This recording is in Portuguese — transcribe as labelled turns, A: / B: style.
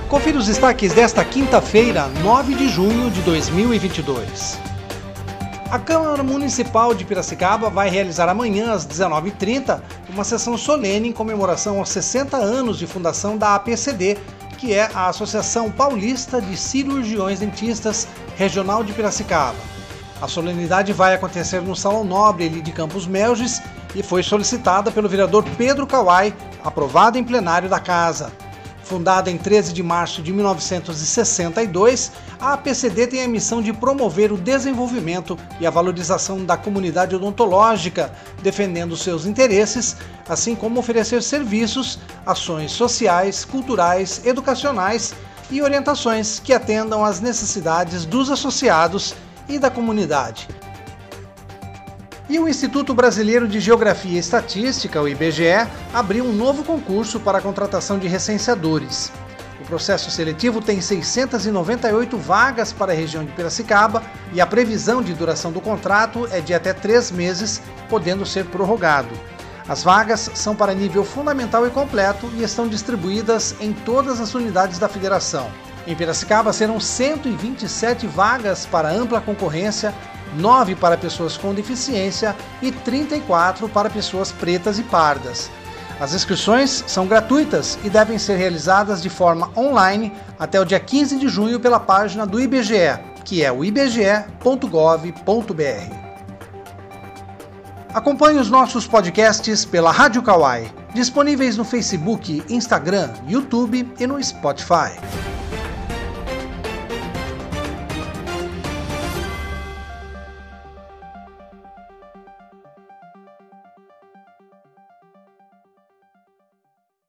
A: Confira os destaques desta quinta-feira, 9 de junho de 2022. A Câmara Municipal de Piracicaba vai realizar amanhã, às 19h30, uma sessão solene em comemoração aos 60 anos de fundação da APCD, que é a Associação Paulista de Cirurgiões Dentistas Regional de Piracicaba. A solenidade vai acontecer no Salão Nobre ali de Campos Melges e foi solicitada pelo vereador Pedro Kawai, aprovada em plenário da Casa. Fundada em 13 de março de 1962, a APCD tem a missão de promover o desenvolvimento e a valorização da comunidade odontológica, defendendo seus interesses, assim como oferecer serviços, ações sociais, culturais, educacionais e orientações que atendam às necessidades dos associados e da comunidade. E o Instituto Brasileiro de Geografia e Estatística, o IBGE, abriu um novo concurso para a contratação de recenseadores. O processo seletivo tem 698 vagas para a região de Piracicaba e a previsão de duração do contrato é de até 3 meses, podendo ser prorrogado. As vagas são para nível fundamental e completo e estão distribuídas em todas as unidades da federação. Em Piracicaba serão 127 vagas para ampla concorrência, 9 para pessoas com deficiência e 34 para pessoas pretas e pardas. As inscrições são gratuitas e devem ser realizadas de forma online até o dia 15 de junho pela página do IBGE, que é o ibge.gov.br. Acompanhe os nossos podcasts pela Rádio Kawai, disponíveis no Facebook, Instagram, YouTube e no Spotify.